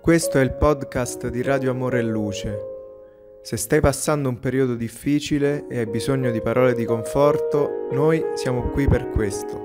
Questo è il podcast di Radio Amore e Luce. Se stai passando un periodo difficile e hai bisogno di parole di conforto, noi siamo qui per questo.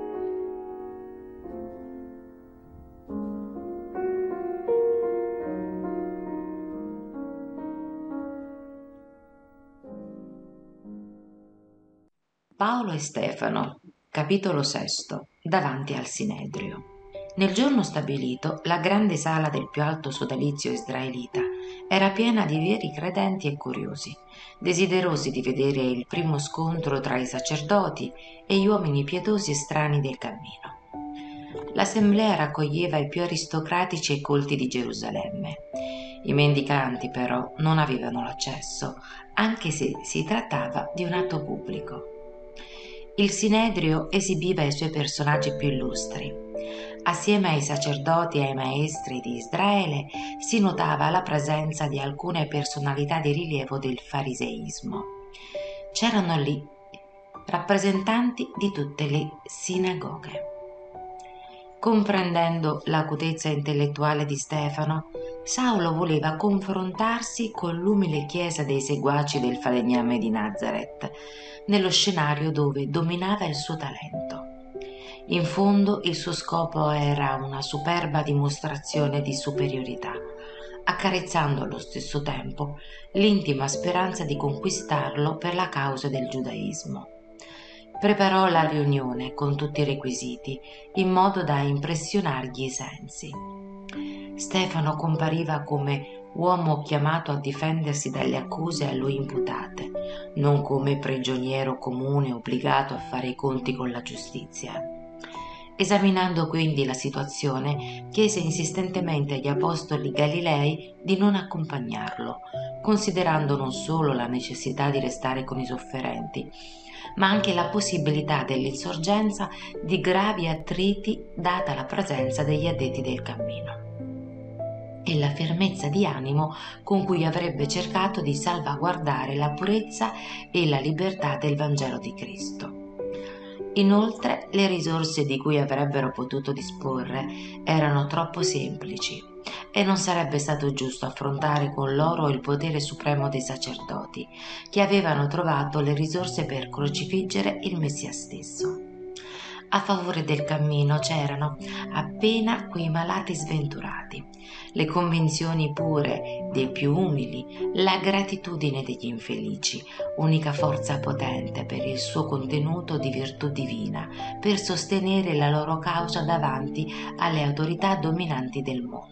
Paolo e Stefano, capitolo sesto, davanti al Sinedrio. Nel giorno stabilito, la grande sala del più alto sodalizio israelita era piena di veri credenti e curiosi, desiderosi di vedere il primo scontro tra i sacerdoti e gli uomini pietosi e strani del cammino. L'assemblea raccoglieva i più aristocratici e colti di Gerusalemme. I mendicanti, però, non avevano l'accesso, anche se si trattava di un atto pubblico. Il Sinedrio esibiva i suoi personaggi più illustri. Assieme ai sacerdoti e ai maestri di Israele si notava la presenza di alcune personalità di rilievo del fariseismo. C'erano lì rappresentanti di tutte le sinagoghe. Comprendendo l'acutezza intellettuale di Stefano, Saulo voleva confrontarsi con l'umile chiesa dei seguaci del falegname di Nazaret, nello scenario dove dominava il suo talento. In fondo il suo scopo era una superba dimostrazione di superiorità, accarezzando allo stesso tempo l'intima speranza di conquistarlo per la causa del giudaismo. Preparò la riunione con tutti i requisiti, in modo da impressionargli i sensi. Stefano compariva come uomo chiamato a difendersi dalle accuse a lui imputate, non come prigioniero comune obbligato a fare i conti con la giustizia. Esaminando quindi la situazione, chiese insistentemente agli apostoli Galilei di non accompagnarlo, considerando non solo la necessità di restare con i sofferenti, ma anche la possibilità dell'insorgenza di gravi attriti data la presenza degli addetti del cammino e la fermezza di animo con cui avrebbe cercato di salvaguardare la purezza e la libertà del Vangelo di Cristo. Inoltre, le risorse di cui avrebbero potuto disporre erano troppo semplici e non sarebbe stato giusto affrontare con loro il potere supremo dei sacerdoti, che avevano trovato le risorse per crocifiggere il Messia stesso. A favore del cammino c'erano appena quei malati sventurati, le convinzioni pure dei più umili, la gratitudine degli infelici, unica forza potente per il suo contenuto di virtù divina, per sostenere la loro causa davanti alle autorità dominanti del mondo.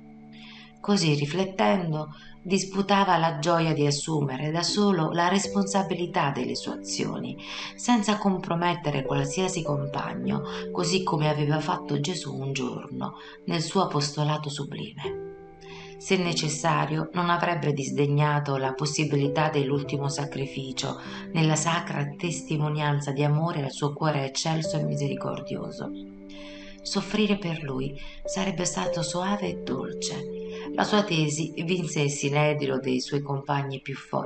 Così, riflettendo, disputava la gioia di assumere da solo la responsabilità delle sue azioni, senza compromettere qualsiasi compagno, così come aveva fatto Gesù un giorno nel suo apostolato sublime. Se necessario, non avrebbe disdegnato la possibilità dell'ultimo sacrificio nella sacra testimonianza di amore al suo cuore eccelso e misericordioso. Soffrire per lui sarebbe stato soave e dolce. La sua tesi vinse il desiderio dei suoi compagni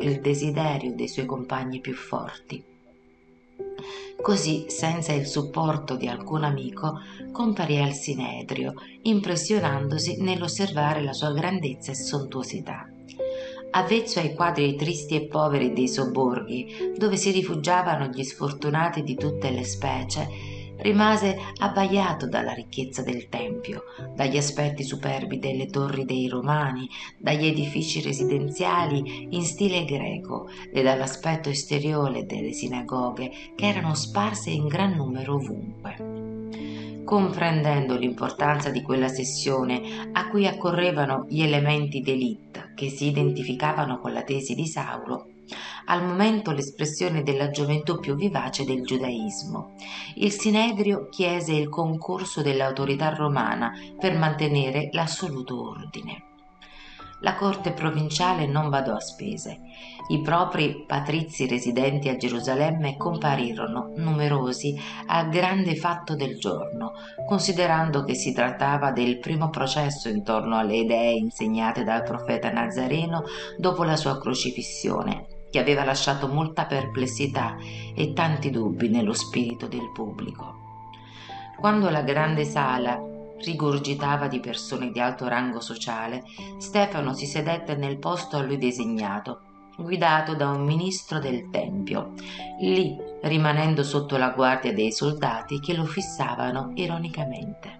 più forti. Così, senza il supporto di alcun amico, comparì al Sinedrio, impressionandosi nell'osservare la sua grandezza e sontuosità. Avvezzo ai quadri tristi e poveri dei sobborghi, dove si rifugiavano gli sfortunati di tutte le specie, rimase abbagliato dalla ricchezza del tempio, dagli aspetti superbi delle torri dei Romani, dagli edifici residenziali in stile greco e dall'aspetto esteriore delle sinagoghe che erano sparse in gran numero ovunque. Comprendendo l'importanza di quella sessione a cui accorrevano gli elementi d'élite che si identificavano con la tesi di Saulo, al momento l'espressione della gioventù più vivace del giudaismo, il Sinedrio chiese il concorso dell'autorità romana per mantenere l'assoluto ordine. La corte provinciale non badò a spese. I propri patrizi residenti a Gerusalemme comparirono numerosi al grande fatto del giorno, considerando che si trattava del primo processo intorno alle idee insegnate dal profeta Nazareno dopo la sua crocifissione, che aveva lasciato molta perplessità e tanti dubbi nello spirito del pubblico. Quando la grande sala rigurgitava di persone di alto rango sociale, Stefano si sedette nel posto a lui designato, guidato da un ministro del tempio, lì rimanendo sotto la guardia dei soldati che lo fissavano ironicamente.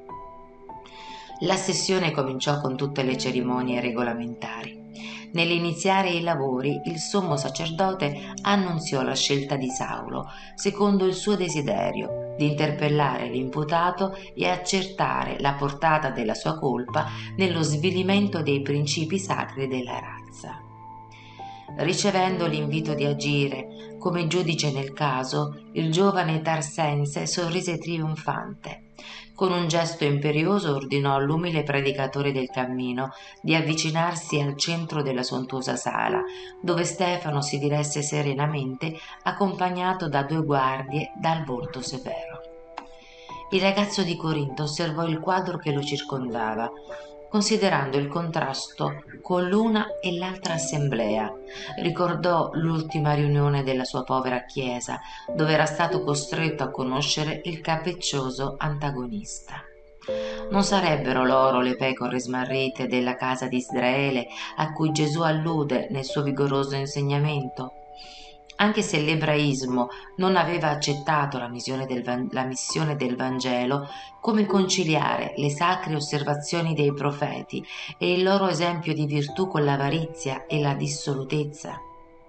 La sessione cominciò con tutte le cerimonie regolamentari. Nell'iniziare i lavori, il sommo sacerdote annunziò la scelta di Saulo, secondo il suo desiderio di interpellare l'imputato e accertare la portata della sua colpa nello svilimento dei principi sacri della razza. Ricevendo l'invito di agire come giudice nel caso, il giovane Tarsense sorrise trionfante. Con un gesto imperioso ordinò all'umile predicatore del cammino di avvicinarsi al centro della sontuosa sala, dove Stefano si diresse serenamente, accompagnato da 2 guardie dal volto severo. Il ragazzo di Corinto osservò il quadro che lo circondava, considerando il contrasto con l'una e l'altra assemblea. Ricordò l'ultima riunione della sua povera chiesa, dove era stato costretto a conoscere il capriccioso antagonista. Non sarebbero loro le pecore smarrite della casa di Israele a cui Gesù allude nel suo vigoroso insegnamento? Anche se l'ebraismo non aveva accettato la missione del Vangelo, come conciliare le sacre osservazioni dei profeti e il loro esempio di virtù con l'avarizia e la dissolutezza?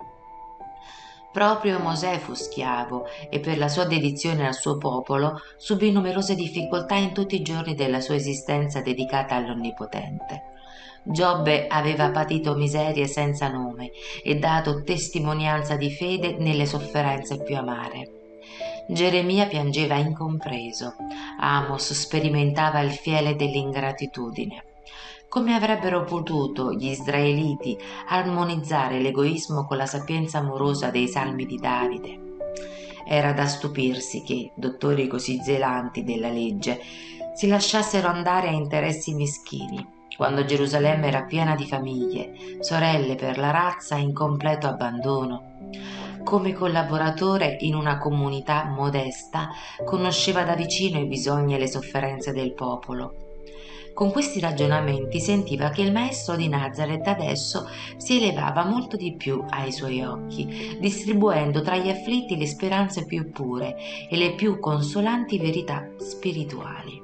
Proprio Mosè fu schiavo e per la sua dedizione al suo popolo subì numerose difficoltà in tutti i giorni della sua esistenza dedicata all'Onnipotente. Giobbe aveva patito miserie senza nome e dato testimonianza di fede nelle sofferenze più amare. Geremia piangeva incompreso, Amos sperimentava il fiele dell'ingratitudine. Come avrebbero potuto gli israeliti armonizzare l'egoismo con la sapienza amorosa dei salmi di Davide? Era da stupirsi che dottori così zelanti della legge si lasciassero andare a interessi meschini, quando Gerusalemme era piena di famiglie, sorelle per la razza in completo abbandono. Come collaboratore in una comunità modesta, conosceva da vicino i bisogni e le sofferenze del popolo. Con questi ragionamenti sentiva che il maestro di Nazaret adesso si elevava molto di più ai suoi occhi, distribuendo tra gli afflitti le speranze più pure e le più consolanti verità spirituali.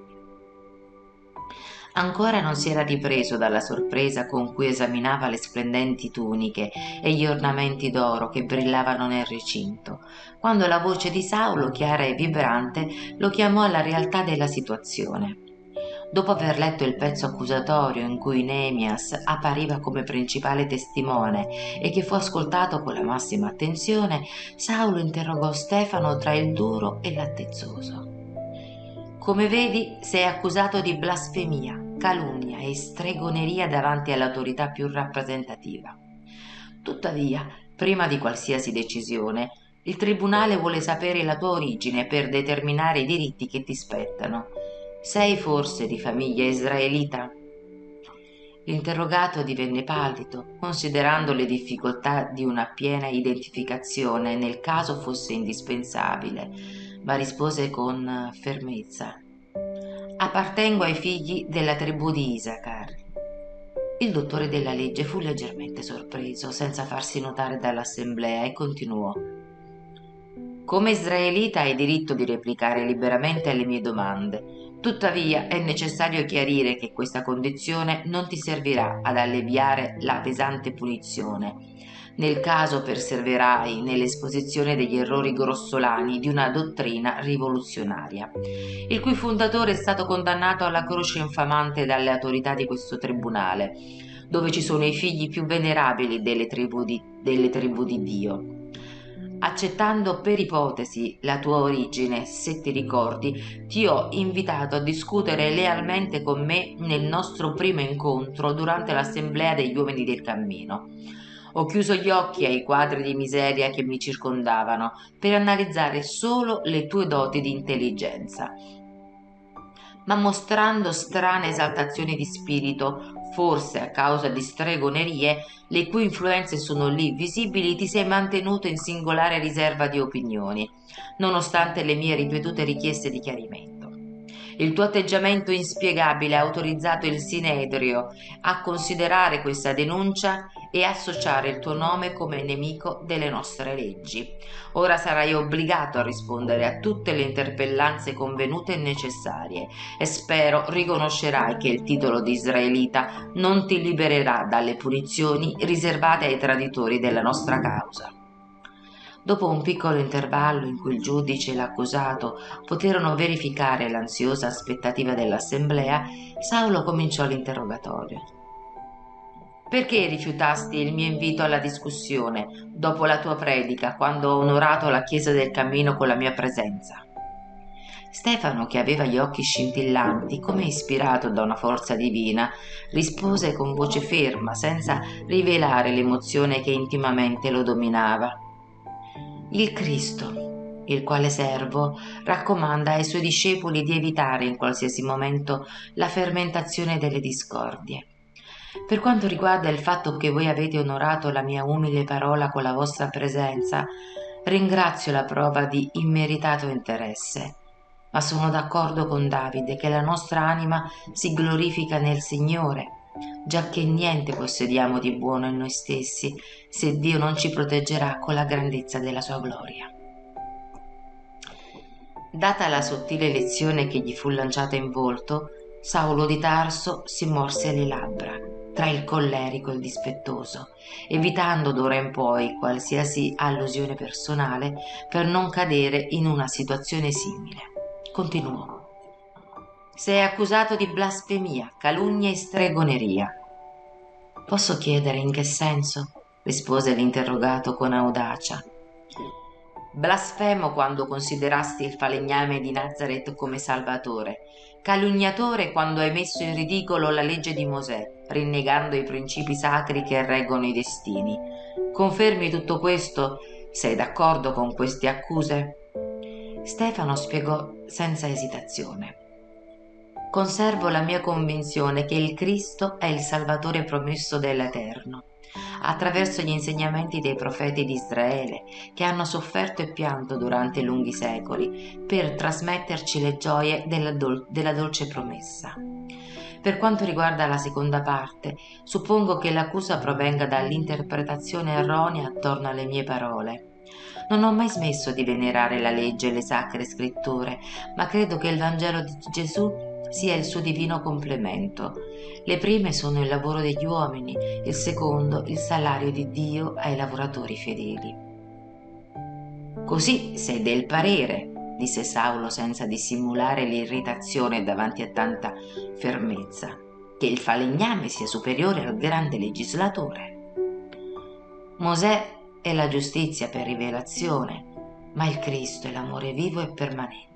Ancora non si era ripreso dalla sorpresa con cui esaminava le splendenti tuniche e gli ornamenti d'oro che brillavano nel recinto, quando la voce di Saulo, chiara e vibrante, lo chiamò alla realtà della situazione. Dopo aver letto il pezzo accusatorio in cui Neemias appariva come principale testimone e che fu ascoltato con la massima attenzione, Saulo interrogò Stefano tra il duro e l'attezzoso. Come vedi, sei accusato di blasfemia, calunnia e stregoneria davanti all'autorità più rappresentativa. Tuttavia, prima di qualsiasi decisione, il tribunale vuole sapere la tua origine per determinare i diritti che ti spettano. Sei forse di famiglia israelita? L'interrogato divenne pallido, considerando le difficoltà di una piena identificazione nel caso fosse indispensabile, ma rispose con fermezza: appartengo ai figli della tribù di Isacar. Il dottore della legge fu leggermente sorpreso, senza farsi notare dall'assemblea, e continuò: come israelita hai diritto di replicare liberamente alle mie domande. Tuttavia è necessario chiarire che questa condizione non ti servirà ad alleviare la pesante punizione, nel caso perseverai nell'esposizione degli errori grossolani di una dottrina rivoluzionaria, il cui fondatore è stato condannato alla croce infamante dalle autorità di questo tribunale, dove ci sono i figli più venerabili delle tribù di Dio. Accettando per ipotesi la tua origine, se ti ricordi, ti ho invitato a discutere lealmente con me nel nostro primo incontro durante l'assemblea degli uomini del cammino. Ho chiuso gli occhi ai quadri di miseria che mi circondavano per analizzare solo le tue doti di intelligenza. Ma mostrando strane esaltazioni di spirito, forse a causa di stregonerie, le cui influenze sono lì visibili, ti sei mantenuto in singolare riserva di opinioni, nonostante le mie ripetute richieste di chiarimento. Il tuo atteggiamento inspiegabile ha autorizzato il Sinedrio a considerare questa denuncia e associare il tuo nome come nemico delle nostre leggi. Ora sarai obbligato a rispondere a tutte le interpellanze convenute e necessarie e spero riconoscerai che il titolo di israelita non ti libererà dalle punizioni riservate ai traditori della nostra causa. Dopo un piccolo intervallo in cui il giudice e l'accusato poterono verificare l'ansiosa aspettativa dell'assemblea, Saulo cominciò l'interrogatorio. Perché rifiutasti il mio invito alla discussione dopo la tua predica, quando ho onorato la Chiesa del Cammino con la mia presenza? Stefano, che aveva gli occhi scintillanti, come ispirato da una forza divina, rispose con voce ferma, senza rivelare l'emozione che intimamente lo dominava. Il Cristo, il quale servo, raccomanda ai suoi discepoli di evitare in qualsiasi momento la fermentazione delle discordie. Per quanto riguarda il fatto che voi avete onorato la mia umile parola con la vostra presenza, ringrazio la prova di immeritato interesse, ma sono d'accordo con Davide che la nostra anima si glorifica nel Signore, giacché niente possediamo di buono in noi stessi se Dio non ci proteggerà con la grandezza della sua gloria. Data la sottile lezione che gli fu lanciata in volto, Saulo di Tarso si morse le labbra tra il collerico e il dispettoso, evitando d'ora in poi qualsiasi allusione personale per non cadere in una situazione simile. Continuò. Sei accusato di blasfemia, calunnia e stregoneria. Posso chiedere in che senso? Rispose l'interrogato con audacia. Blasfemo quando considerasti il falegname di Nazaret come salvatore, calunniatore quando hai messo in ridicolo la legge di Mosè, rinnegando i principi sacri che reggono i destini. Confermi tutto questo? Sei d'accordo con queste accuse? Stefano spiegò senza esitazione. Conservo la mia convinzione che il Cristo è il Salvatore promesso dell'Eterno, attraverso gli insegnamenti dei profeti di Israele, che hanno sofferto e pianto durante lunghi secoli per trasmetterci le gioie della dolce promessa. Per quanto riguarda la seconda parte, suppongo che l'accusa provenga dall'interpretazione erronea attorno alle mie parole. Non ho mai smesso di venerare la legge e le sacre scritture, ma credo che il Vangelo di Gesù sia il suo divino complemento. Le prime sono il lavoro degli uomini, il secondo il salario di Dio ai lavoratori fedeli. Così sei del parere, disse Saulo senza dissimulare l'irritazione davanti a tanta fermezza, che il falegname sia superiore al grande legislatore. Mosè è la giustizia per rivelazione, ma il Cristo è l'amore vivo e permanente.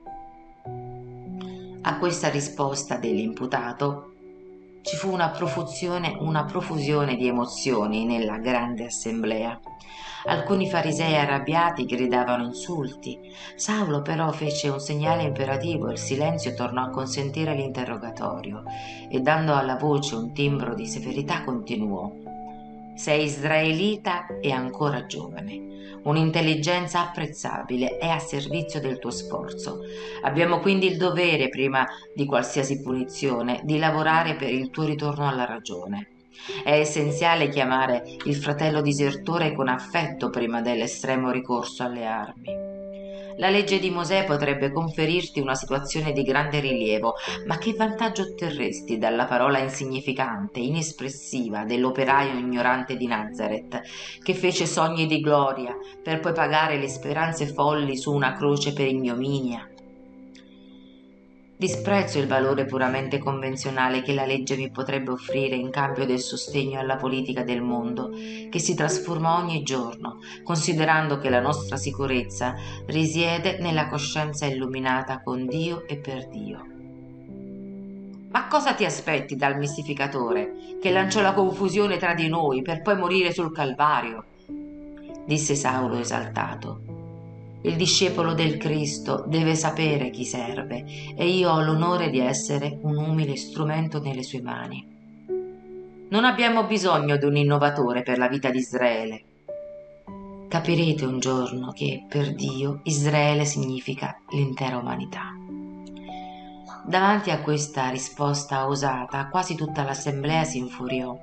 A questa risposta dell'imputato ci fu una profusione di emozioni nella grande assemblea. Alcuni farisei arrabbiati gridavano insulti. Saulo però fece un segnale imperativo e il silenzio tornò a consentire l'interrogatorio e, dando alla voce un timbro di severità, continuò. Sei israelita e ancora giovane. Un'intelligenza apprezzabile è a servizio del tuo sforzo. Abbiamo quindi il dovere, prima di qualsiasi punizione, di lavorare per il tuo ritorno alla ragione. È essenziale chiamare il fratello disertore con affetto prima dell'estremo ricorso alle armi. La legge di Mosè potrebbe conferirti una situazione di grande rilievo, ma che vantaggio otterresti dalla parola insignificante, inespressiva dell'operaio ignorante di Nazaret, che fece sogni di gloria per poi pagare le speranze folli su una croce per ignominia? Disprezzo il valore puramente convenzionale che la legge mi potrebbe offrire in cambio del sostegno alla politica del mondo, che si trasforma ogni giorno, considerando che la nostra sicurezza risiede nella coscienza illuminata con Dio e per Dio. Ma cosa ti aspetti dal mistificatore, che lanciò la confusione tra di noi per poi morire sul Calvario? Disse Saulo esaltato. Il discepolo del Cristo deve sapere chi serve e io ho l'onore di essere un umile strumento nelle sue mani. Non abbiamo bisogno di un innovatore per la vita di Israele. Capirete un giorno che per Dio Israele significa l'intera umanità. Davanti a questa risposta osata, quasi tutta l'assemblea si infuriò,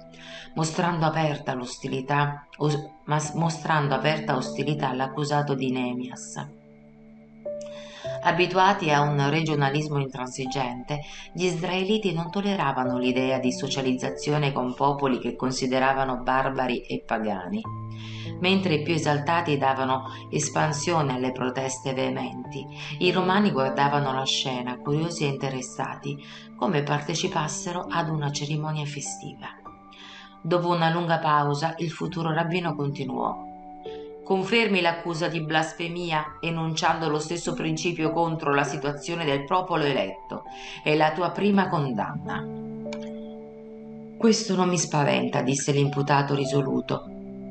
mostrando aperta ostilità all'accusato di Nehemias. Abituati a un regionalismo intransigente, gli israeliti non tolleravano l'idea di socializzazione con popoli che consideravano barbari e pagani. Mentre i più esaltati davano espansione alle proteste veementi, i romani guardavano la scena, curiosi e interessati, come partecipassero ad una cerimonia festiva. Dopo una lunga pausa, il futuro rabbino continuò: confermi l'accusa di blasfemia enunciando lo stesso principio contro la situazione del popolo eletto. È la tua prima condanna. Questo non mi spaventa, disse l'imputato risoluto.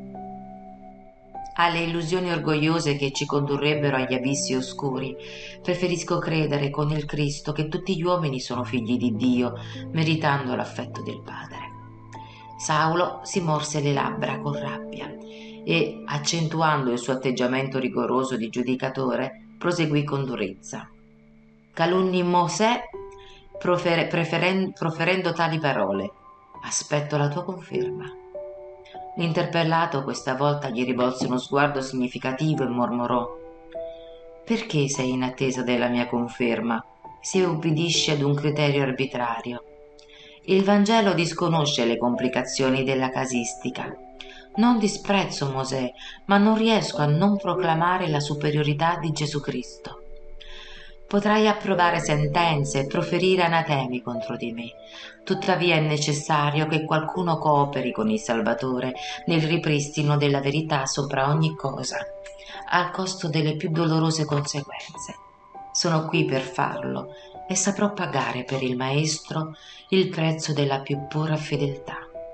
Alle illusioni orgogliose che ci condurrebbero agli abissi oscuri, preferisco credere con il Cristo che tutti gli uomini sono figli di Dio, meritando l'affetto del Padre. Saulo si morse le labbra con rabbia e, accentuando il suo atteggiamento rigoroso di giudicatore, proseguì con durezza. Calunni Mosè proferendo tali parole: aspetto la tua conferma. L'interpellato questa volta gli rivolse uno sguardo significativo e mormorò: perché sei in attesa della mia conferma se ubbidisci ad un criterio arbitrario? Il Vangelo disconosce le complicazioni della casistica. Non disprezzo Mosè, ma non riesco a non proclamare la superiorità di Gesù Cristo. Potrai approvare sentenze e proferire anatemi contro di me. Tuttavia è necessario che qualcuno cooperi con il Salvatore nel ripristino della verità sopra ogni cosa, al costo delle più dolorose conseguenze. Sono qui per farlo e saprò pagare per il Maestro il prezzo della più pura fedeltà.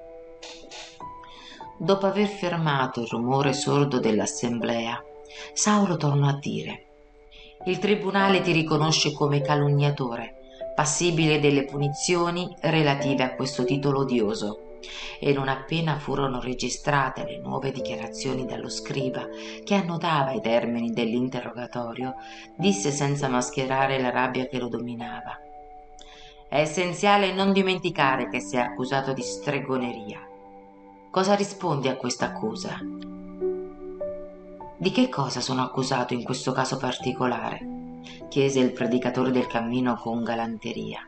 Dopo aver fermato il rumore sordo dell'assemblea, Saulo tornò a dire: il tribunale ti riconosce come calunniatore, passibile delle punizioni relative a questo titolo odioso. E non appena furono registrate le nuove dichiarazioni dallo scriba, che annotava i termini dell'interrogatorio, disse senza mascherare la rabbia che lo dominava: è essenziale non dimenticare che sei accusato di stregoneria. Cosa rispondi a questa accusa? Di che cosa sono accusato in questo caso particolare? Chiese il predicatore del cammino con galanteria.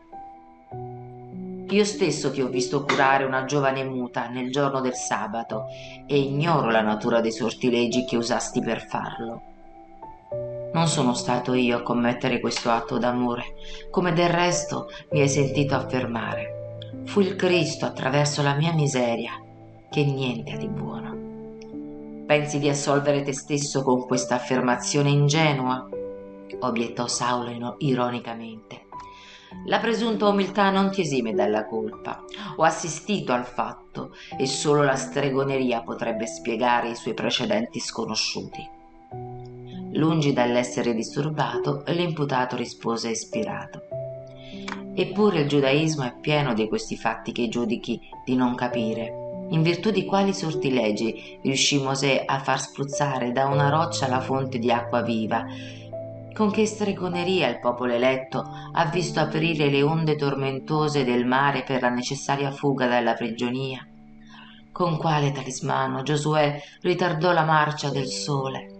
Io stesso ti ho visto curare una giovane muta nel giorno del sabato e ignoro la natura dei sortilegi che usasti per farlo. Non sono stato io a commettere questo atto d'amore, come del resto mi hai sentito affermare. Fu il Cristo, attraverso la mia miseria, che niente ha di buono. Pensi di assolvere te stesso con questa affermazione ingenua? Obiettò Saulo ironicamente. La presunta umiltà non ti esime dalla colpa. Ho assistito al fatto e solo la stregoneria potrebbe spiegare i suoi precedenti sconosciuti. Lungi dall'essere disturbato, l'imputato rispose ispirato: eppure il giudaismo è pieno di questi fatti che giudichi di non capire. In virtù di quali sortilegi riuscì Mosè a far spruzzare da una roccia la fonte di acqua viva? Con che stregoneria il popolo eletto ha visto aprire le onde tormentose del mare per la necessaria fuga dalla prigionia? Con quale talismano Giosuè ritardò la marcia del sole?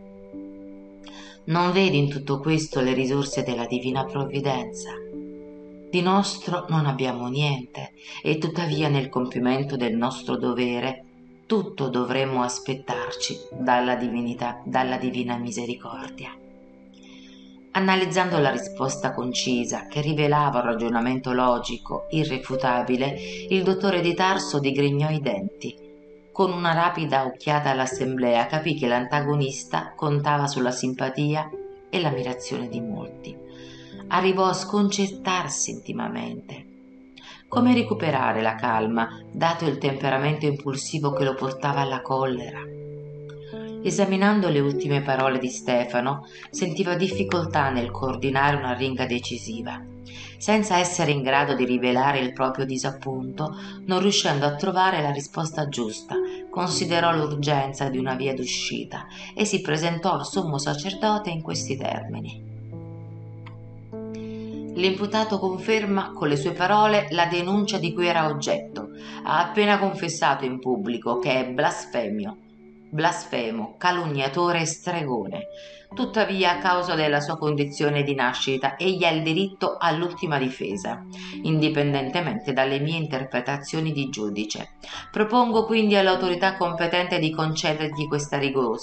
Non vedi in tutto questo le risorse della divina provvidenza? Di nostro non abbiamo niente e tuttavia nel compimento del nostro dovere tutto dovremmo aspettarci dalla divina misericordia. Analizzando la risposta concisa, che rivelava un ragionamento logico, irrefutabile, il dottore di Tarso digrignò i denti. Con una rapida occhiata all'assemblea capì che l'antagonista contava sulla simpatia e l'ammirazione di molti. Arrivò a sconcertarsi intimamente. Come recuperare la calma, dato il temperamento impulsivo che lo portava alla collera? Esaminando le ultime parole di Stefano, sentiva difficoltà nel coordinare una ringa decisiva. Senza essere in grado di rivelare il proprio disappunto, non riuscendo a trovare la risposta giusta, considerò l'urgenza di una via d'uscita e si presentò al sommo sacerdote in questi termini: L'imputato conferma con le sue parole la denuncia di cui era oggetto. Ha appena confessato in pubblico che è blasfemo, calunniatore e stregone. Tuttavia, a causa della sua condizione di nascita, egli ha il diritto all'ultima difesa, indipendentemente dalle mie interpretazioni di giudice. Propongo quindi all'autorità competente di concedergli questa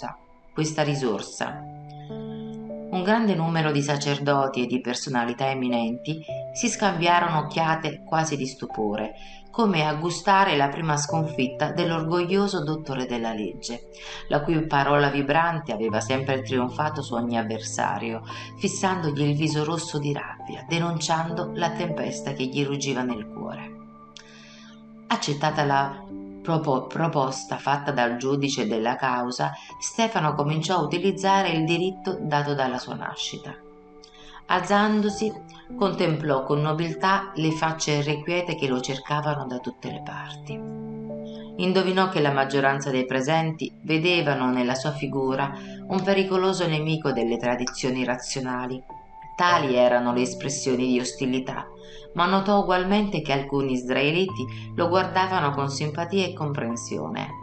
risorsa. Un grande numero di sacerdoti e di personalità eminenti si scambiarono occhiate quasi di stupore, come a gustare la prima sconfitta dell'orgoglioso dottore della legge, la cui parola vibrante aveva sempre trionfato su ogni avversario, fissandogli il viso rosso di rabbia, denunciando la tempesta che gli ruggiva nel cuore. Accettata la proposta fatta dal giudice della causa, Stefano cominciò a utilizzare il diritto dato dalla sua nascita. Alzandosi, contemplò con nobiltà le facce irrequiete che lo cercavano da tutte le parti. Indovinò che la maggioranza dei presenti vedevano nella sua figura un pericoloso nemico delle tradizioni razionali. Tali erano le espressioni di ostilità, ma notò ugualmente che alcuni israeliti lo guardavano con simpatia e comprensione.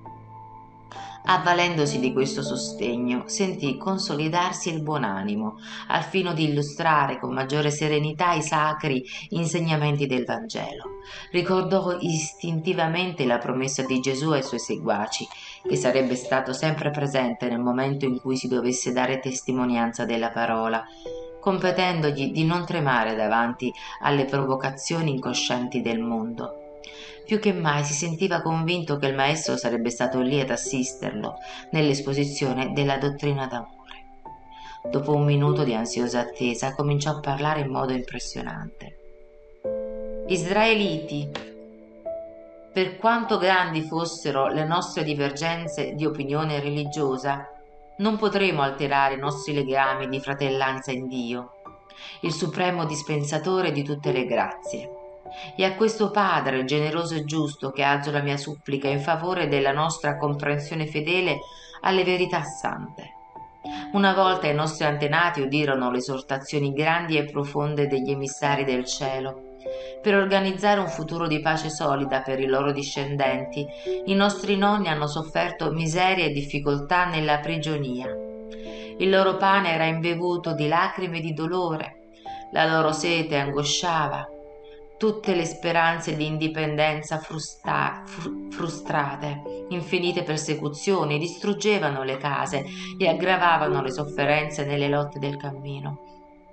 Avvalendosi di questo sostegno, sentì consolidarsi il buon animo, al fine di illustrare con maggiore serenità i sacri insegnamenti del Vangelo. Ricordò istintivamente la promessa di Gesù ai suoi seguaci, che sarebbe stato sempre presente nel momento in cui si dovesse dare testimonianza della parola, competendogli di non tremare davanti alle provocazioni incoscienti del mondo. Più che mai si sentiva convinto che il maestro sarebbe stato lì ad assisterlo nell'esposizione della dottrina d'amore. Dopo un minuto di ansiosa attesa cominciò a parlare in modo impressionante. Israeliti, per quanto grandi fossero le nostre divergenze di opinione religiosa, non potremo alterare i nostri legami di fratellanza in Dio, il supremo dispensatore di tutte le grazie. E a questo Padre generoso e giusto che alzo la mia supplica in favore della nostra comprensione fedele alle verità sante. Una volta i nostri antenati udirono le esortazioni grandi e profonde degli emissari del cielo. Per organizzare un futuro di pace solida per i loro discendenti, i nostri nonni hanno sofferto miseria e difficoltà nella prigionia. Il loro pane era imbevuto di lacrime e di dolore, la loro sete angosciava, tutte le speranze di indipendenza frustrate, infinite persecuzioni distruggevano le case e aggravavano le sofferenze nelle lotte del cammino.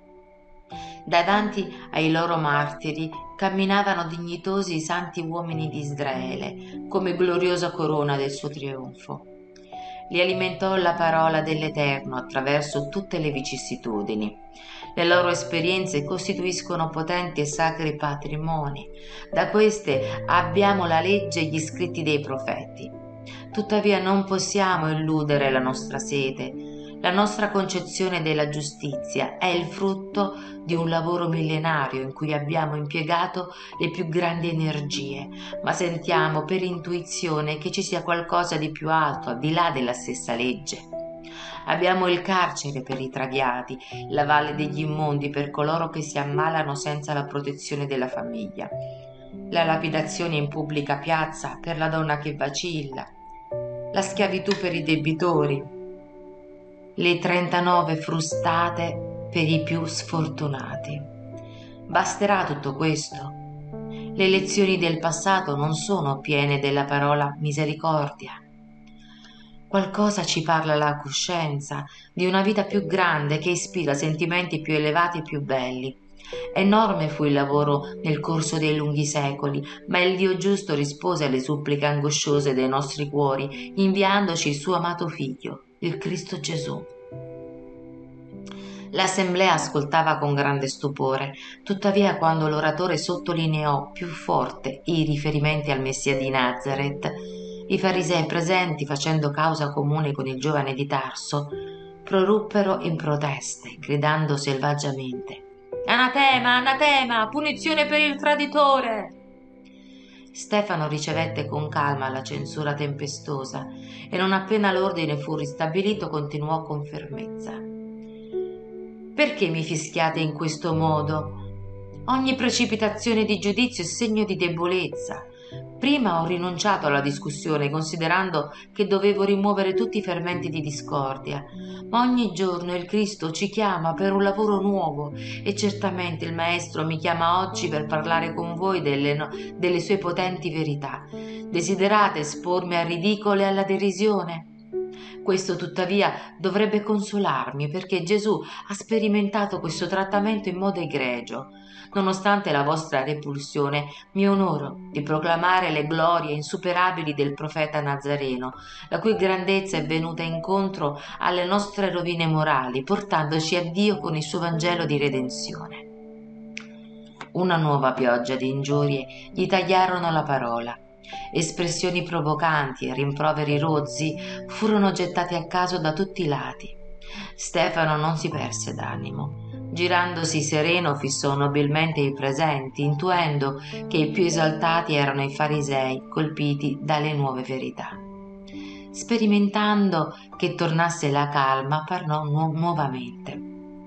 Davanti ai loro martiri camminavano dignitosi i santi uomini di Israele, come gloriosa corona del suo trionfo. Li alimentò la parola dell'Eterno attraverso tutte le vicissitudini. Le loro esperienze costituiscono potenti e sacri patrimoni. Da queste abbiamo la legge e gli scritti dei profeti. Tuttavia non possiamo illudere la nostra sete. La nostra concezione della giustizia è il frutto di un lavoro millenario in cui abbiamo impiegato le più grandi energie, ma sentiamo per intuizione che ci sia qualcosa di più alto, al di là della stessa legge. Abbiamo il carcere per i traviati, la valle degli immondi per coloro che si ammalano senza la protezione della famiglia, la lapidazione in pubblica piazza per la donna che vacilla, la schiavitù per i debitori, le 39 frustate per i più sfortunati. Basterà tutto questo? Le lezioni del passato non sono piene della parola misericordia. Qualcosa ci parla la coscienza di una vita più grande che ispira sentimenti più elevati e più belli. Enorme fu il lavoro nel corso dei lunghi secoli, ma il Dio giusto rispose alle suppliche angosciose dei nostri cuori, inviandoci il suo amato Figlio, il Cristo Gesù. L'assemblea ascoltava con grande stupore, tuttavia quando l'oratore sottolineò più forte i riferimenti al Messia di Nazareth, i farisei presenti, facendo causa comune con il giovane di Tarso, proruppero in proteste, gridando selvaggiamente: «Anatema, anatema, punizione per il traditore!» Stefano ricevette con calma la censura tempestosa e non appena l'ordine fu ristabilito continuò con fermezza: «Perché mi fischiate in questo modo? Ogni precipitazione di giudizio è segno di debolezza. Prima ho rinunciato alla discussione, considerando che dovevo rimuovere tutti i fermenti di discordia, ma ogni giorno il Cristo ci chiama per un lavoro nuovo e certamente il Maestro mi chiama oggi per parlare con voi delle sue potenti verità. Desiderate espormi al ridicolo e alla derisione? Questo tuttavia dovrebbe consolarmi, perché Gesù ha sperimentato questo trattamento in modo egregio. Nonostante la vostra repulsione, mi onoro di proclamare le glorie insuperabili del profeta Nazareno, la cui grandezza è venuta incontro alle nostre rovine morali, portandoci a Dio con il suo Vangelo di redenzione. Una nuova pioggia di ingiurie gli tagliarono la parola. Espressioni provocanti e rimproveri rozzi furono gettati a caso da tutti i lati. Stefano non si perse d'animo. Girandosi sereno fissò nobilmente i presenti, intuendo che i più esaltati erano i farisei colpiti dalle nuove verità. Sperimentando che tornasse la calma, parlò nuovamente.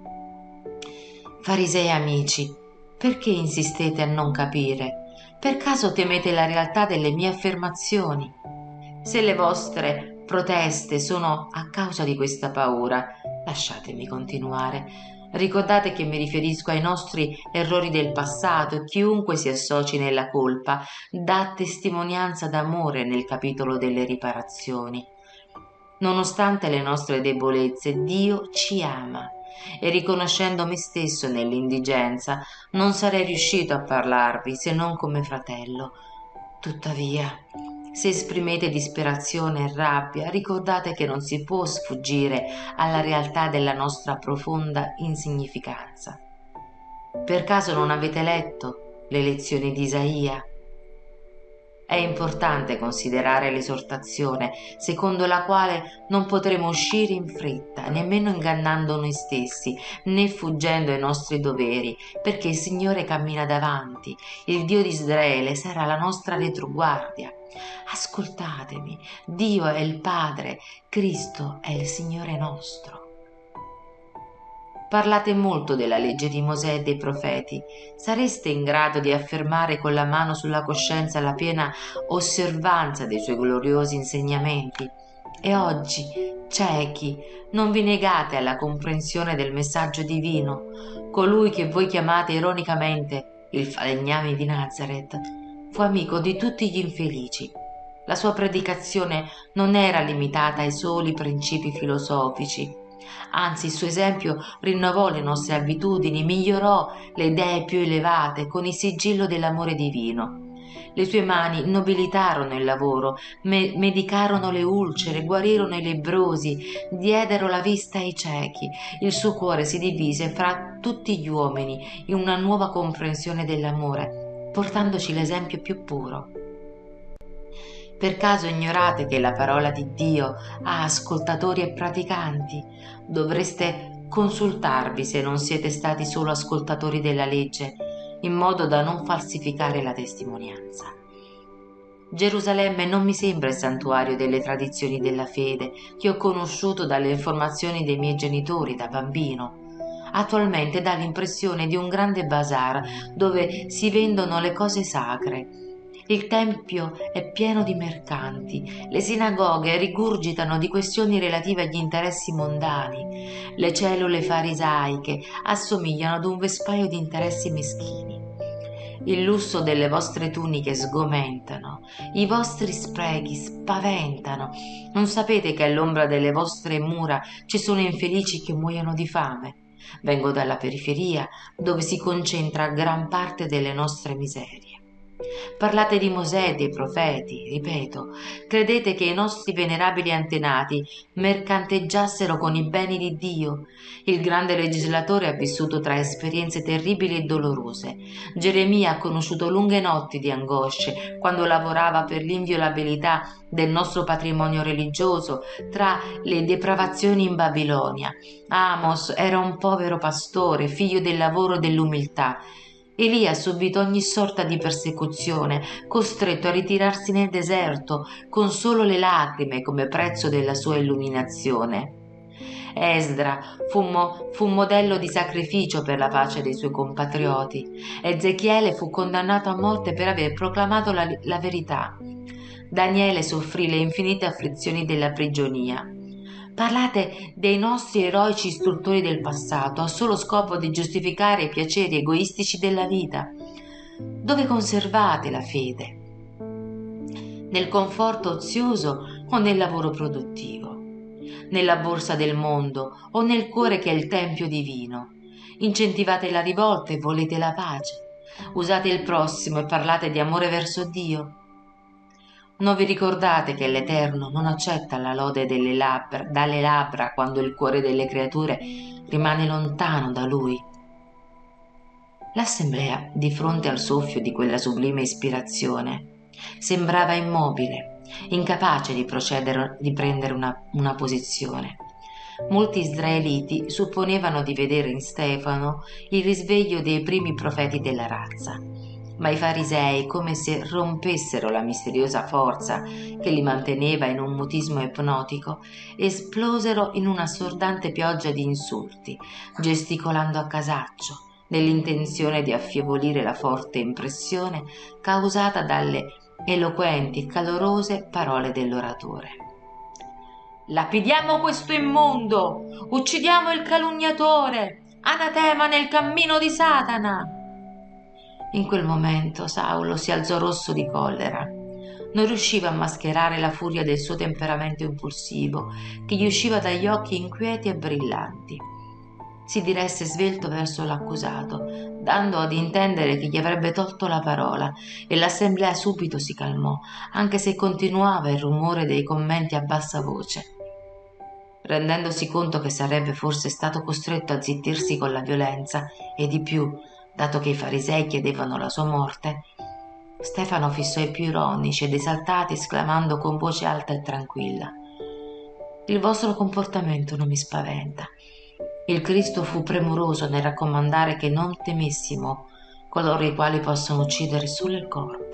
Farisei amici, perché insistete a non capire? Per caso temete la realtà delle mie affermazioni? Se le vostre proteste sono a causa di questa paura, lasciatemi continuare. Ricordate che mi riferisco ai nostri errori del passato e chiunque si associ nella colpa dà testimonianza d'amore nel capitolo delle riparazioni. Nonostante le nostre debolezze, Dio ci ama e riconoscendo me stesso nell'indigenza non sarei riuscito a parlarvi se non come fratello. Tuttavia, se esprimete disperazione e rabbia, ricordate che non si può sfuggire alla realtà della nostra profonda insignificanza. Per caso non avete letto le lezioni di Isaia? È importante considerare l'esortazione secondo la quale non potremo uscire in fretta, nemmeno ingannando noi stessi, né fuggendo ai nostri doveri, perché il Signore cammina davanti, il Dio di Israele sarà la nostra retroguardia. Ascoltatemi, Dio è il Padre, Cristo è il Signore nostro. Parlate molto della legge di Mosè e dei profeti. Sareste in grado di affermare con la mano sulla coscienza la piena osservanza dei suoi gloriosi insegnamenti? E oggi, ciechi, non vi negate alla comprensione del messaggio divino. Colui che voi chiamate ironicamente il falegname di Nazareth fu amico di tutti gli infelici. La sua predicazione non era limitata ai soli principi filosofici. Anzi, il suo esempio rinnovò le nostre abitudini, migliorò le idee più elevate con il sigillo dell'amore divino. Le sue mani nobilitarono il lavoro, medicarono le ulcere, guarirono i lebbrosi, diedero la vista ai ciechi. Il suo cuore si divise fra tutti gli uomini in una nuova comprensione dell'amore, portandoci l'esempio più puro. Per caso ignorate che la parola di Dio ha ascoltatori e praticanti? Dovreste consultarvi se non siete stati solo ascoltatori della legge, in modo da non falsificare la testimonianza. Gerusalemme non mi sembra il santuario delle tradizioni della fede che ho conosciuto dalle informazioni dei miei genitori da bambino. Attualmente dà l'impressione di un grande bazar dove si vendono le cose sacre. Il tempio è pieno di mercanti, le sinagoghe rigurgitano di questioni relative agli interessi mondani, le cellule farisaiche assomigliano ad un vespaio di interessi meschini. Il lusso delle vostre tuniche sgomentano, i vostri sprechi spaventano. Non sapete che all'ombra delle vostre mura ci sono infelici che muoiono di fame? Vengo dalla periferia, dove si concentra gran parte delle nostre miserie. Parlate di Mosè e dei profeti, ripeto, credete che i nostri venerabili antenati mercanteggiassero con i beni di Dio? Il grande legislatore ha vissuto tra esperienze terribili e dolorose. Geremia ha conosciuto lunghe notti di angosce quando lavorava per l'inviolabilità del nostro patrimonio religioso tra le depravazioni in Babilonia. Amos era un povero pastore, figlio del lavoro e dell'umiltà. Elia ha subito ogni sorta di persecuzione, costretto a ritirarsi nel deserto con solo le lacrime come prezzo della sua illuminazione. Esdra fu modello di sacrificio per la pace dei suoi compatrioti. Ezechiele fu condannato a morte per aver proclamato la verità. Daniele soffrì le infinite afflizioni della prigionia. Parlate dei nostri eroici istruttori del passato a solo scopo di giustificare i piaceri egoistici della vita. Dove conservate la fede? Nel conforto ozioso o nel lavoro produttivo? Nella borsa del mondo o nel cuore che è il tempio divino? Incentivate la rivolta e volete la pace. Usate il prossimo e parlate di amore verso Dio. Non vi ricordate che l'Eterno non accetta la lode dalle labbra quando il cuore delle creature rimane lontano da Lui? L'assemblea, di fronte al soffio di quella sublime ispirazione, sembrava immobile, incapace di procedere, di prendere una posizione. Molti israeliti supponevano di vedere in Stefano il risveglio dei primi profeti della razza, ma i farisei, come se rompessero la misteriosa forza che li manteneva in un mutismo ipnotico, esplosero in un'assordante pioggia di insulti, gesticolando a casaccio, nell'intenzione di affievolire la forte impressione causata dalle eloquenti e calorose parole dell'oratore. Lapidiamo questo immondo, uccidiamo il calunniatore, anatema nel cammino di Satana. In quel momento Saulo si alzò rosso di collera. Non riusciva a mascherare la furia del suo temperamento impulsivo, che gli usciva dagli occhi inquieti e brillanti. Si diresse svelto verso l'accusato, dando ad intendere che gli avrebbe tolto la parola, e l'assemblea subito si calmò, anche se continuava il rumore dei commenti a bassa voce. Rendendosi conto che sarebbe forse stato costretto a zittirsi con la violenza, e di più, dato che i farisei chiedevano la sua morte, Stefano fissò i più ironici ed esaltati, esclamando con voce alta e tranquilla: «Il vostro comportamento non mi spaventa. Il Cristo fu premuroso nel raccomandare che non temessimo coloro i quali possono uccidere solo il corpo».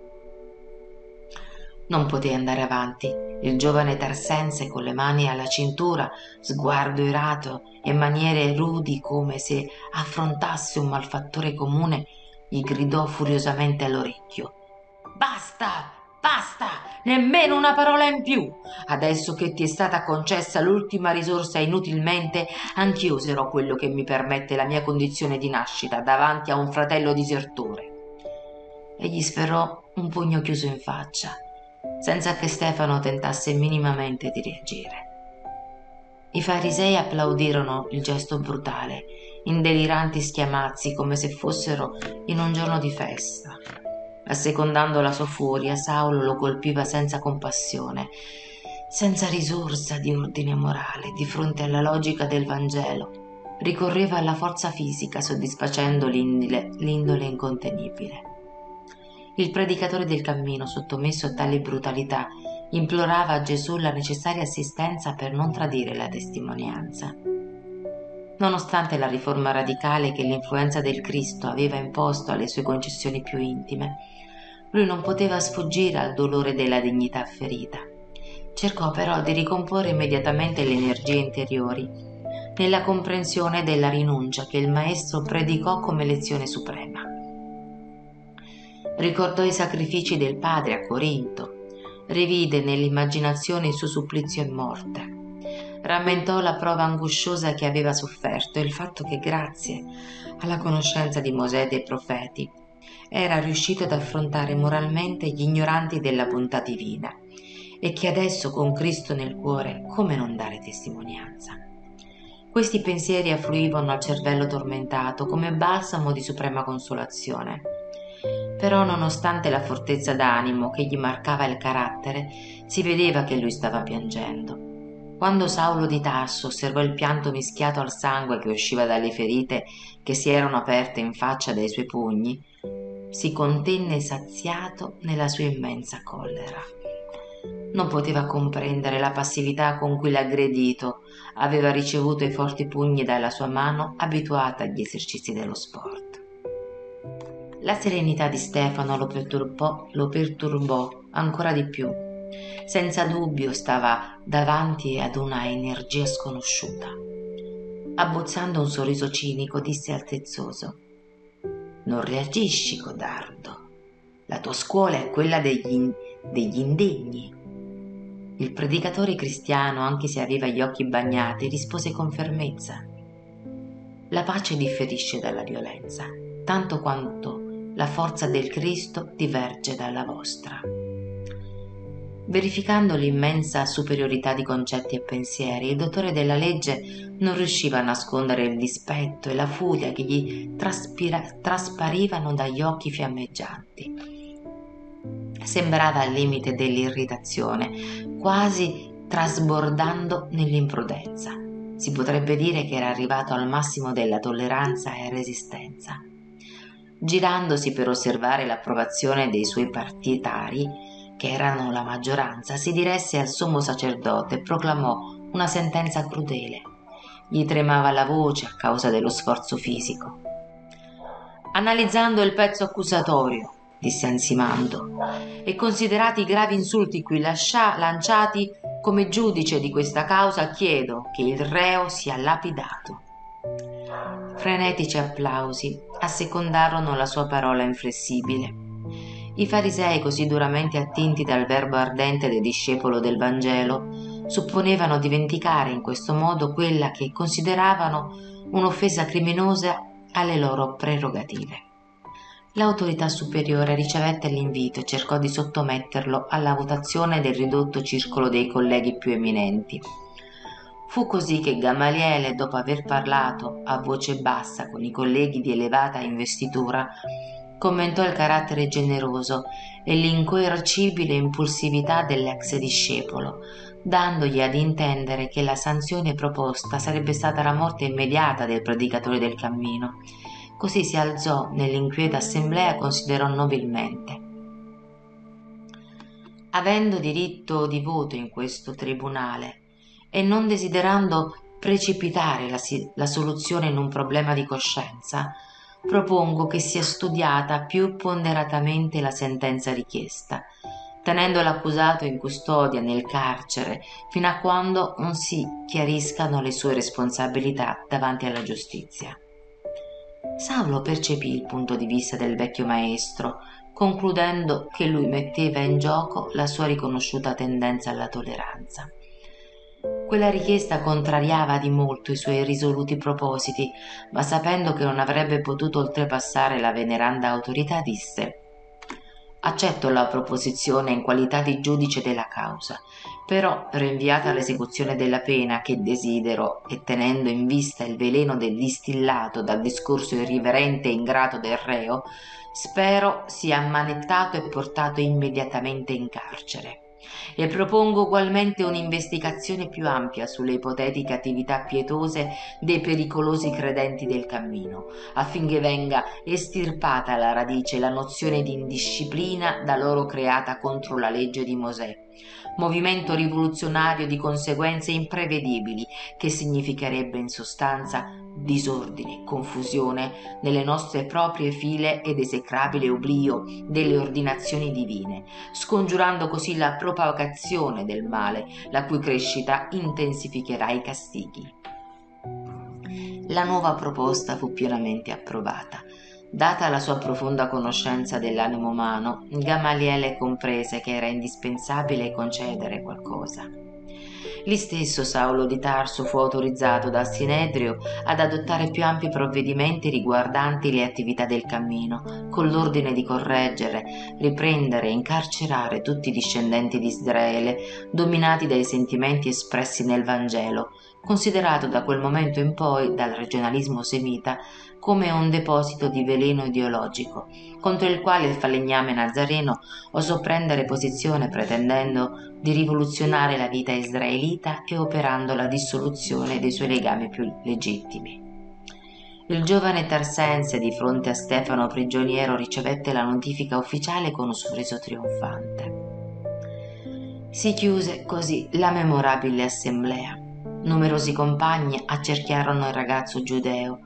Non poté andare avanti. Il giovane tarsense, con le mani alla cintura, sguardo irato e maniere rudi come se affrontasse un malfattore comune, gli gridò furiosamente all'orecchio: «Basta! Basta! Nemmeno una parola in più! Adesso che ti è stata concessa l'ultima risorsa inutilmente, anch'io userò quello che mi permette la mia condizione di nascita davanti a un fratello disertore». E gli sferrò un pugno chiuso in faccia, senza che Stefano tentasse minimamente di reagire. I farisei applaudirono il gesto brutale, in deliranti schiamazzi, come se fossero in un giorno di festa. Assecondando la sua furia, Saulo lo colpiva senza compassione, senza risorsa di ordine morale. Di fronte alla logica del Vangelo, ricorreva alla forza fisica, soddisfacendo l'indole incontenibile. Il predicatore del cammino, sottomesso a tale brutalità, implorava a Gesù la necessaria assistenza per non tradire la testimonianza. Nonostante la riforma radicale che l'influenza del Cristo aveva imposto alle sue concessioni più intime, lui non poteva sfuggire al dolore della dignità ferita. Cercò però di ricomporre immediatamente le energie interiori, nella comprensione della rinuncia che il Maestro predicò come lezione suprema. Ricordò i sacrifici del Padre a Corinto, rivide nell'immaginazione il suo supplizio e morte, rammentò la prova angosciosa che aveva sofferto e il fatto che, grazie alla conoscenza di Mosè e dei profeti, era riuscito ad affrontare moralmente gli ignoranti della bontà divina, e che adesso, con Cristo nel cuore, come non dare testimonianza? Questi pensieri affluivano al cervello tormentato come balsamo di suprema consolazione. Però, nonostante la fortezza d'animo che gli marcava il carattere, si vedeva che lui stava piangendo. Quando Saulo di Tarso osservò il pianto mischiato al sangue che usciva dalle ferite che si erano aperte in faccia dai suoi pugni, si contenne saziato nella sua immensa collera. Non poteva comprendere la passività con cui l'aggredito aveva ricevuto i forti pugni dalla sua mano abituata agli esercizi dello sport. La serenità di Stefano lo perturbò ancora di più. Senza dubbio stava davanti ad una energia sconosciuta. Abbozzando un sorriso cinico, disse altezzoso: «Non reagisci, codardo. La tua scuola è quella degli indegni». Il predicatore cristiano, anche se aveva gli occhi bagnati, rispose con fermezza: «La pace differisce dalla violenza, tanto quanto la forza del Cristo diverge dalla vostra». Verificando l'immensa superiorità di concetti e pensieri, il dottore della legge non riusciva a nascondere il dispetto e la furia che gli trasparivano dagli occhi fiammeggianti. Sembrava al limite dell'irritazione, quasi trasbordando nell'imprudenza. Si potrebbe dire che era arrivato al massimo della tolleranza e resistenza. Girandosi per osservare l'approvazione dei suoi partitari, che erano la maggioranza, si diresse al sommo sacerdote e proclamò una sentenza crudele. Gli tremava la voce a causa dello sforzo fisico. «Analizzando il pezzo accusatorio», disse ansimando, «e considerati i gravi insulti qui lanciati, come giudice di questa causa chiedo che il reo sia lapidato». Frenetici applausi assecondarono la sua parola inflessibile. I farisei, così duramente attinti dal verbo ardente del discepolo del Vangelo, supponevano di vendicare in questo modo quella che consideravano un'offesa criminosa alle loro prerogative. L'autorità superiore ricevette l'invito e cercò di sottometterlo alla votazione del ridotto circolo dei colleghi più eminenti. Fu così che Gamaliele, dopo aver parlato a voce bassa con i colleghi di elevata investitura, commentò il carattere generoso e l'incoercibile impulsività dell'ex discepolo, dandogli ad intendere che la sanzione proposta sarebbe stata la morte immediata del predicatore del cammino. Così si alzò nell'inquieta assemblea e considerò nobilmente: avendo diritto di voto in questo tribunale e non desiderando precipitare la soluzione in un problema di coscienza, propongo che sia studiata più ponderatamente la sentenza richiesta, tenendo l'accusato in custodia nel carcere fino a quando non si chiariscano le sue responsabilità davanti alla giustizia. Saulo percepì il punto di vista del vecchio maestro, concludendo che lui metteva in gioco la sua riconosciuta tendenza alla tolleranza. Quella richiesta contrariava di molto i suoi risoluti propositi, ma sapendo che non avrebbe potuto oltrepassare la veneranda autorità, disse: «Accetto la proposizione in qualità di giudice della causa, però, rinviata all'esecuzione della pena che desidero e tenendo in vista il veleno distillato dal discorso irriverente e ingrato del reo, spero sia ammanettato e portato immediatamente in carcere. E propongo ugualmente un'investigazione più ampia sulle ipotetiche attività pietose dei pericolosi credenti del cammino, affinché venga estirpata alla radice la nozione di indisciplina da loro creata contro la legge di Mosè, movimento rivoluzionario di conseguenze imprevedibili che significherebbe in sostanza disordine, confusione nelle nostre proprie file ed esecrabile oblio delle ordinazioni divine, scongiurando così la propagazione del male, la cui crescita intensificherà i castighi». La nuova proposta fu pienamente approvata. Data la sua profonda conoscenza dell'animo umano, Gamaliele comprese che era indispensabile concedere qualcosa. Lì stesso Saulo di Tarso fu autorizzato dal Sinedrio ad adottare più ampi provvedimenti riguardanti le attività del cammino, con l'ordine di correggere, riprendere e incarcerare tutti i discendenti di Israele, dominati dai sentimenti espressi nel Vangelo, considerato da quel momento in poi dal regionalismo semita come un deposito di veleno ideologico, contro il quale il falegname nazareno osò prendere posizione pretendendo di rivoluzionare la vita israelita e operando la dissoluzione dei suoi legami più legittimi. Il giovane tarsense, di fronte a Stefano prigioniero, ricevette la notifica ufficiale con un sorriso trionfante. Si chiuse così la memorabile assemblea. Numerosi compagni accerchiarono il ragazzo giudeo,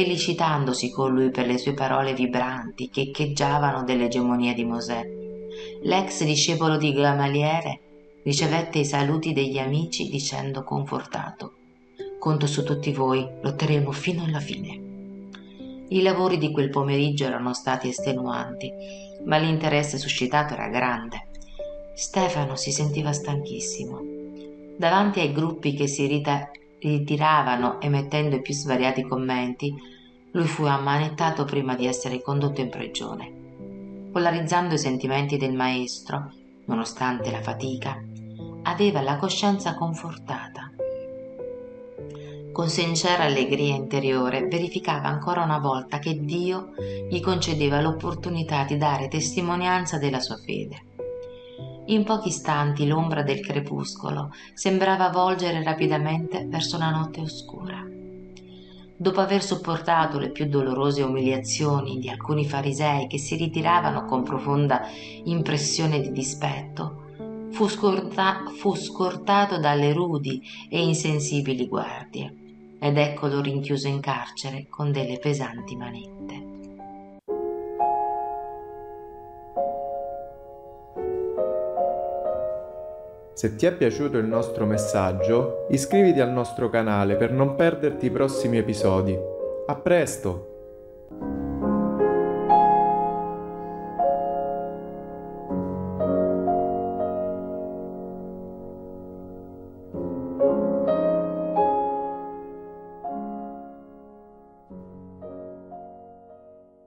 felicitandosi con lui per le sue parole vibranti che echeggiavano dell'egemonia di Mosè. l'ex discepolo di Gamaliele ricevette i saluti degli amici dicendo confortato: «Conto su tutti voi, lotteremo fino alla fine». I lavori di quel pomeriggio erano stati estenuanti, ma l'interesse suscitato era grande. Stefano si sentiva stanchissimo. Davanti ai gruppi che si ritiravano emettendo i più svariati commenti, lui fu ammanettato prima di essere condotto in prigione. Polarizzando i sentimenti del maestro, nonostante la fatica, aveva la coscienza confortata. Con sincera allegria interiore verificava ancora una volta che Dio gli concedeva l'opportunità di dare testimonianza della sua fede. In pochi istanti l'ombra del crepuscolo sembrava volgere rapidamente verso la notte oscura. Dopo aver sopportato le più dolorose umiliazioni di alcuni farisei che si ritiravano con profonda impressione di dispetto, fu scortato dalle rudi e insensibili guardie, ed eccolo rinchiuso in carcere con delle pesanti manette. Se ti è piaciuto il nostro messaggio, iscriviti al nostro canale per non perderti i prossimi episodi. A presto!